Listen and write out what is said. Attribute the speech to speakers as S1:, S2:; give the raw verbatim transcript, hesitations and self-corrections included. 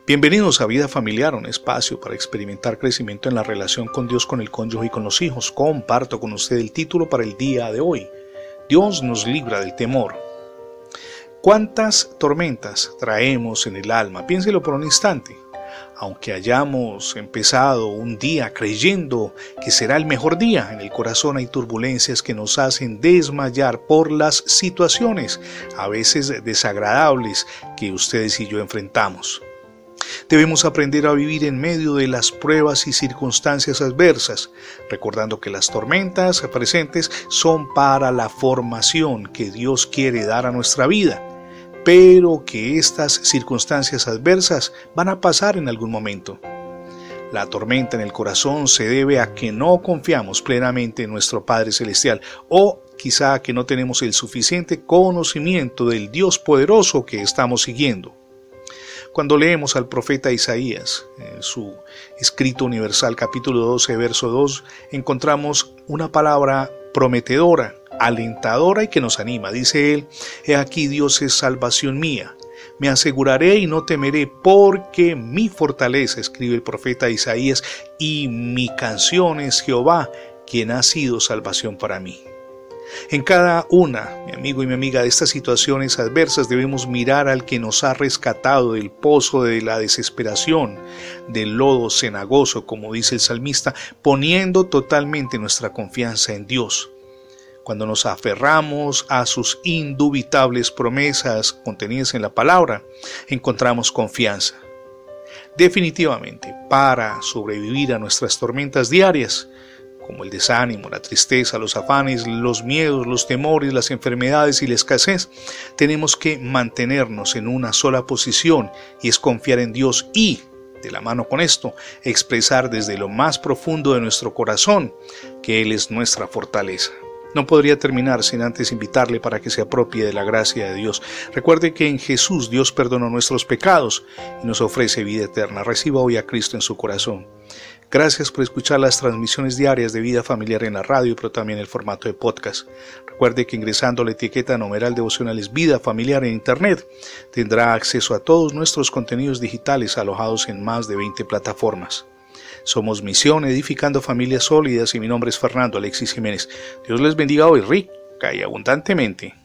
S1: Bienvenidos a Vida Familiar, un espacio para experimentar crecimiento en la relación con Dios, con el cónyuge y con los hijos. Comparto con usted el título para el día de hoy. Dios nos libra del temor. ¿Cuántas tormentas traemos en el alma? Piénselo por un instante. Aunque hayamos empezado un día creyendo que será el mejor día, en el corazón hay turbulencias que nos hacen desmayar por las situaciones, a veces desagradables, que ustedes y yo enfrentamos. Debemos aprender a vivir en medio de las pruebas y circunstancias adversas, recordando que las tormentas presentes son para la formación que Dios quiere dar a nuestra vida, pero que estas circunstancias adversas van a pasar en algún momento. La tormenta en el corazón se debe a que no confiamos plenamente en nuestro Padre Celestial o quizá a que no tenemos el suficiente conocimiento del Dios poderoso que estamos siguiendo. Cuando leemos al profeta Isaías, en su escrito universal capítulo doce, verso dos, encontramos una palabra prometedora, alentadora y que nos anima. Dice él: «He aquí, Dios es salvación mía. Me aseguraré y no temeré, porque mi fortaleza», escribe el profeta Isaías, «y mi canción es Jehová, quien ha sido salvación para mí». En cada una, mi amigo y mi amiga, de estas situaciones adversas debemos mirar al que nos ha rescatado del pozo de la desesperación, del lodo cenagoso, como dice el salmista, poniendo totalmente nuestra confianza en Dios. Cuando nos aferramos a sus indubitables promesas contenidas en la palabra, encontramos confianza. Definitivamente, para sobrevivir a nuestras tormentas diarias, como el desánimo, la tristeza, los afanes, los miedos, los temores, las enfermedades y la escasez, tenemos que mantenernos en una sola posición, y es confiar en Dios y, de la mano con esto, expresar desde lo más profundo de nuestro corazón que Él es nuestra fortaleza. No podría terminar sin antes invitarle para que se apropie de la gracia de Dios. Recuerde que en Jesús Dios perdonó nuestros pecados y nos ofrece vida eterna. Reciba hoy a Cristo en su corazón. Gracias por escuchar las transmisiones diarias de Vida Familiar en la radio, pero también el formato de podcast. Recuerde que ingresando a la etiqueta numeral devocionales Vida Familiar en Internet, tendrá acceso a todos nuestros contenidos digitales alojados en más de veinte plataformas. Somos Misión Edificando Familias Sólidas y mi nombre es Fernando Alexis Jiménez. Dios les bendiga hoy rica y abundantemente.